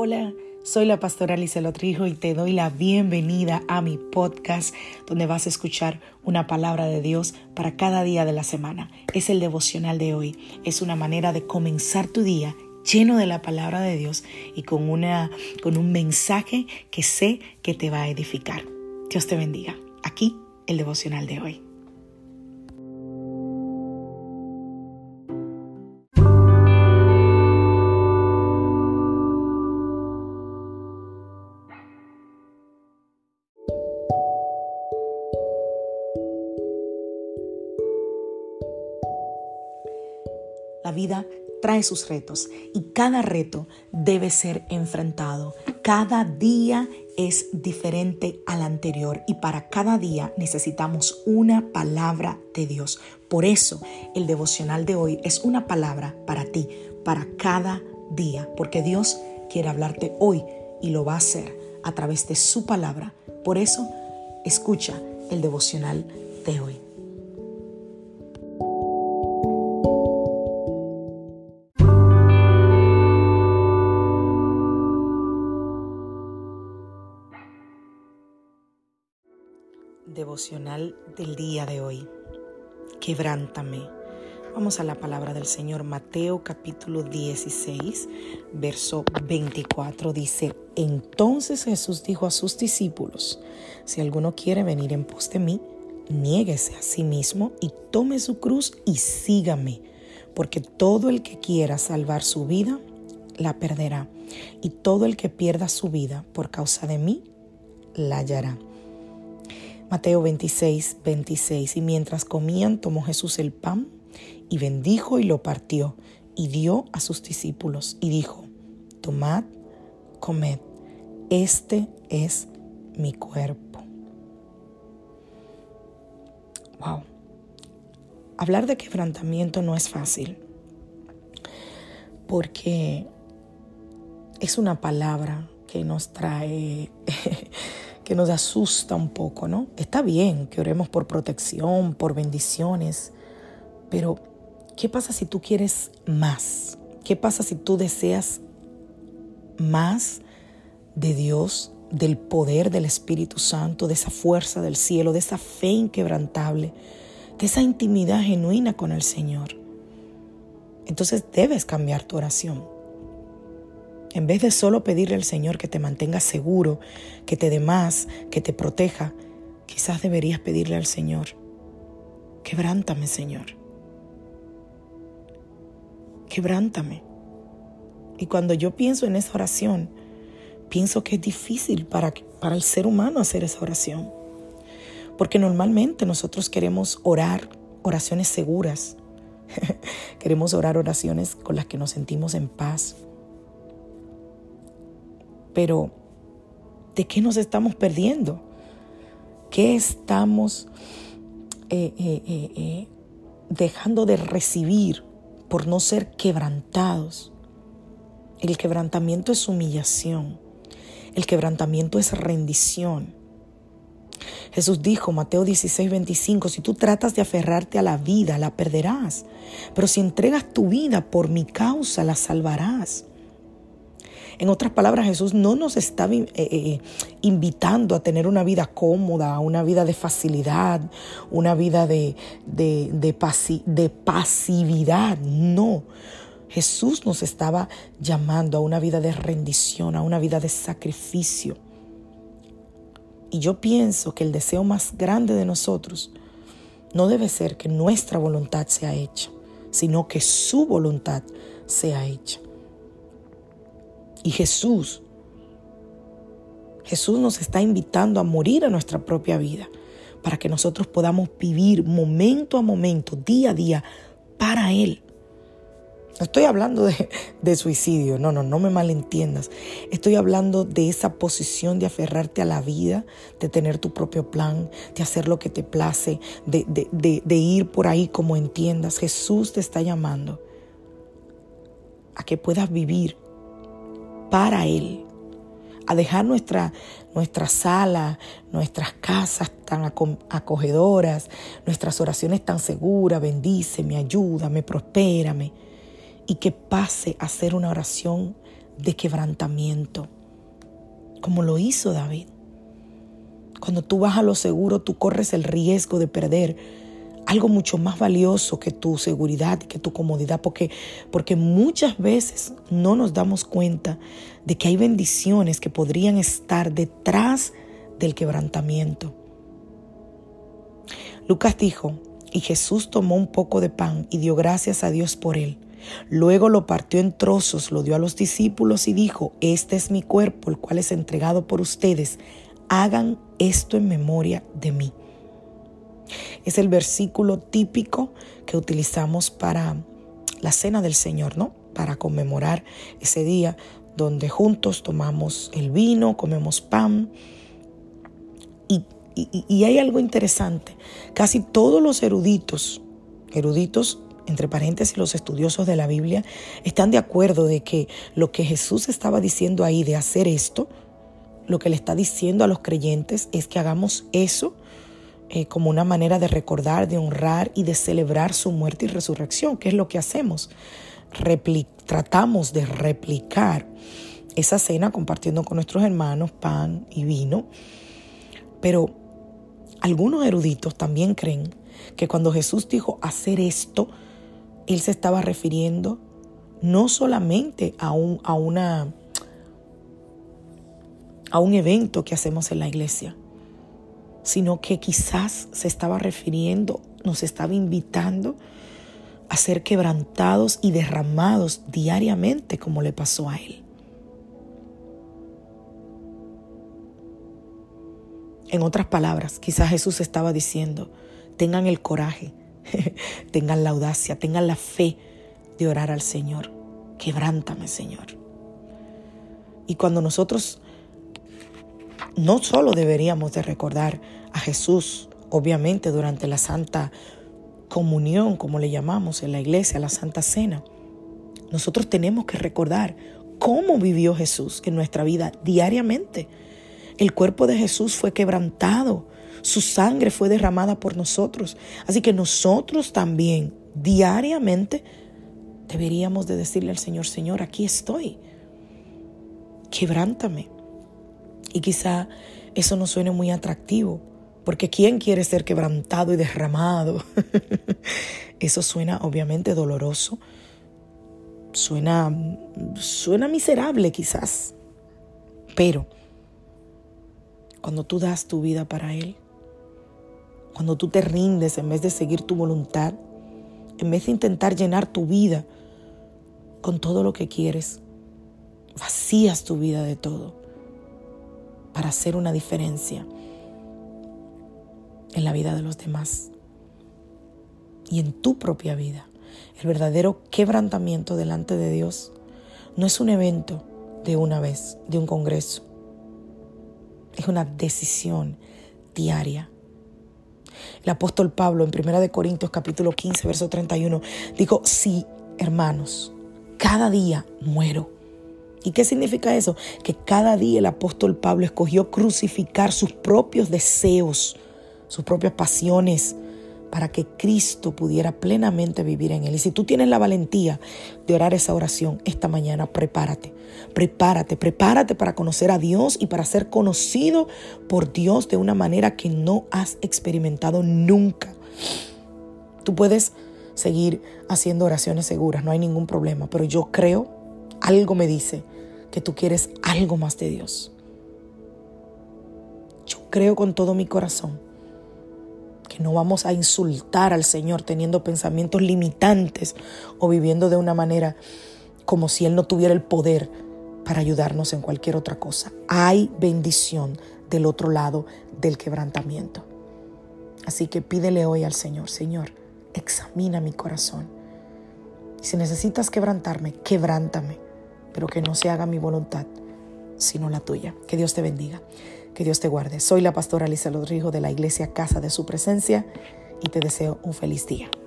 Hola, soy la pastora Lisela Trijo y te doy la bienvenida a mi podcast donde vas a escuchar una palabra de Dios para cada día de la semana. Es el devocional de hoy. Es una manera de comenzar tu día lleno de la palabra de Dios y con un mensaje que sé que te va a edificar. Dios te bendiga. Aquí el devocional de hoy. La vida trae sus retos y cada reto debe ser enfrentado. Cada día es diferente al anterior y para cada día necesitamos una palabra de Dios. Por eso el devocional de hoy es una palabra para ti, para cada día, porque Dios quiere hablarte hoy y lo va a hacer a través de su palabra. Por eso escucha el devocional de hoy. Devocional del día de hoy. Quebrántame. Vamos a la palabra del Señor. Mateo capítulo 16, verso 24 dice: Entonces Jesús dijo a sus discípulos: Si alguno quiere venir en pos de mí, niéguese a sí mismo y tome su cruz y sígame, porque todo el que quiera salvar su vida, la perderá, y todo el que pierda su vida por causa de mí, la hallará. Mateo 26, 26. Y mientras comían, tomó Jesús el pan y bendijo y lo partió y dio a sus discípulos y dijo: Tomad, comed, este es mi cuerpo. Wow. Hablar de quebrantamiento no es fácil porque es una palabra que nos trae que nos asusta un poco, ¿no? Está bien que oremos por protección, por bendiciones, pero ¿qué pasa si tú quieres más? ¿Qué pasa si tú deseas más de Dios, del poder del Espíritu Santo, de esa fuerza del cielo, de esa fe inquebrantable, de esa intimidad genuina con el Señor? Entonces debes cambiar tu oración. En vez de solo pedirle al Señor que te mantenga seguro, que te dé más, que te proteja, quizás deberías pedirle al Señor: quebrántame, Señor. Quebrántame. Y cuando yo pienso en esa oración, pienso que es difícil para el ser humano hacer esa oración. Porque normalmente nosotros queremos orar oraciones seguras. Queremos orar oraciones con las que nos sentimos en paz. Pero, ¿de qué nos estamos perdiendo? ¿Qué estamos dejando de recibir por no ser quebrantados? El quebrantamiento es humillación. El quebrantamiento es rendición. Jesús dijo, Mateo 16, 25, si tú tratas de aferrarte a la vida, la perderás. Pero si entregas tu vida por mi causa, la salvarás. En otras palabras, Jesús no nos está invitando a tener una vida cómoda, una vida de facilidad, una vida de pasividad. No, Jesús nos estaba llamando a una vida de rendición, a una vida de sacrificio. Y yo pienso que el deseo más grande de nosotros no debe ser que nuestra voluntad sea hecha, sino que su voluntad sea hecha. Y Jesús nos está invitando a morir a nuestra propia vida para que nosotros podamos vivir momento a momento, día a día, para Él. No estoy hablando de suicidio, no me malentiendas. Estoy hablando de esa posición de aferrarte a la vida, de tener tu propio plan, de hacer lo que te place, de ir por ahí como entiendas. Jesús te está llamando a que puedas vivir para Él, a dejar nuestra sala, nuestras casas tan acogedoras, nuestras oraciones tan seguras: bendíceme, ayúdame, prospérame, y que pase a ser una oración de quebrantamiento, como lo hizo David. Cuando tú vas a lo seguro, tú corres el riesgo de perder algo mucho más valioso que tu seguridad y que tu comodidad, porque muchas veces no nos damos cuenta de que hay bendiciones que podrían estar detrás del quebrantamiento. Lucas dijo: y Jesús tomó un poco de pan y dio gracias a Dios por él. Luego lo partió en trozos, lo dio a los discípulos y dijo: este es mi cuerpo, el cual es entregado por ustedes. Hagan esto en memoria de mí. Es el versículo típico que utilizamos para la cena del Señor, ¿no? Para conmemorar ese día donde juntos tomamos el vino, comemos pan. Y hay algo interesante. Casi todos los eruditos, entre paréntesis los estudiosos de la Biblia, están de acuerdo de que lo que Jesús estaba diciendo ahí de hacer esto, lo que le está diciendo a los creyentes es que hagamos eso como una manera de recordar, de honrar y de celebrar su muerte y resurrección, que es lo que hacemos. Tratamos de replicar esa cena compartiendo con nuestros hermanos pan y vino, pero algunos eruditos también creen que cuando Jesús dijo hacer esto, Él se estaba refiriendo no solamente a un evento que hacemos en la iglesia, sino que quizás se estaba refiriendo, nos estaba invitando a ser quebrantados y derramados diariamente como le pasó a Él. En otras palabras, quizás Jesús estaba diciendo: tengan el coraje, tengan la audacia, tengan la fe de orar al Señor. Quebrántame, Señor. Y cuando nosotros no solo deberíamos de recordar a Jesús, obviamente durante la Santa Comunión, como le llamamos en la iglesia, la Santa Cena, nosotros tenemos que recordar cómo vivió Jesús en nuestra vida diariamente. El cuerpo de Jesús fue quebrantado, su sangre fue derramada por nosotros. Así que nosotros también diariamente deberíamos de decirle al Señor: Señor, aquí estoy, quebrántame. Y quizá eso no suene muy atractivo, porque ¿quién quiere ser quebrantado y derramado? Eso suena obviamente doloroso, suena miserable quizás, pero cuando tú das tu vida para Él, cuando tú te rindes en vez de seguir tu voluntad, en vez de intentar llenar tu vida con todo lo que quieres, vacías tu vida de todo para hacer una diferencia en la vida de los demás y en tu propia vida. El verdadero quebrantamiento delante de Dios no es un evento de una vez, de un congreso. Es una decisión diaria. El apóstol Pablo en 1 Corintios capítulo 15, verso 31, dijo: sí, hermanos, cada día muero. ¿Y qué significa eso? Que cada día el apóstol Pablo escogió crucificar sus propios deseos, sus propias pasiones, para que Cristo pudiera plenamente vivir en él. Y si tú tienes la valentía de orar esa oración esta mañana, prepárate para conocer a Dios y para ser conocido por Dios de una manera que no has experimentado nunca. Tú puedes seguir haciendo oraciones seguras, no hay ningún problema, pero yo creo, algo me dice que tú quieres algo más de Dios. Yo creo con todo mi corazón que no vamos a insultar al Señor teniendo pensamientos limitantes o viviendo de una manera como si Él no tuviera el poder para ayudarnos en cualquier otra cosa. Hay bendición del otro lado del quebrantamiento. Así que pídele hoy al Señor: Señor, examina mi corazón. Si necesitas quebrantarme, quebrántame, pero que no se haga mi voluntad, sino la tuya. Que Dios te bendiga, que Dios te guarde. Soy la pastora Alicia Rodrigo de la Iglesia Casa de Su Presencia y te deseo un feliz día.